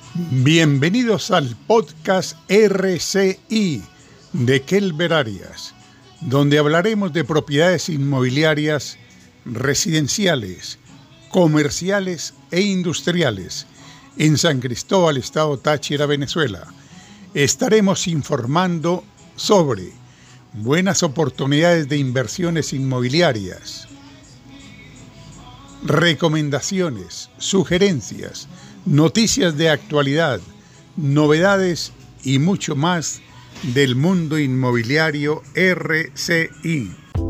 Bienvenidos al podcast RCI de Kelber Arias, donde hablaremos de propiedades inmobiliarias residenciales, comerciales e industriales en San Cristóbal, Estado Táchira, Venezuela. Estaremos informando sobre buenas oportunidades de inversiones inmobiliarias, recomendaciones, sugerencias, noticias de actualidad, novedades y mucho más del mundo inmobiliario RCI.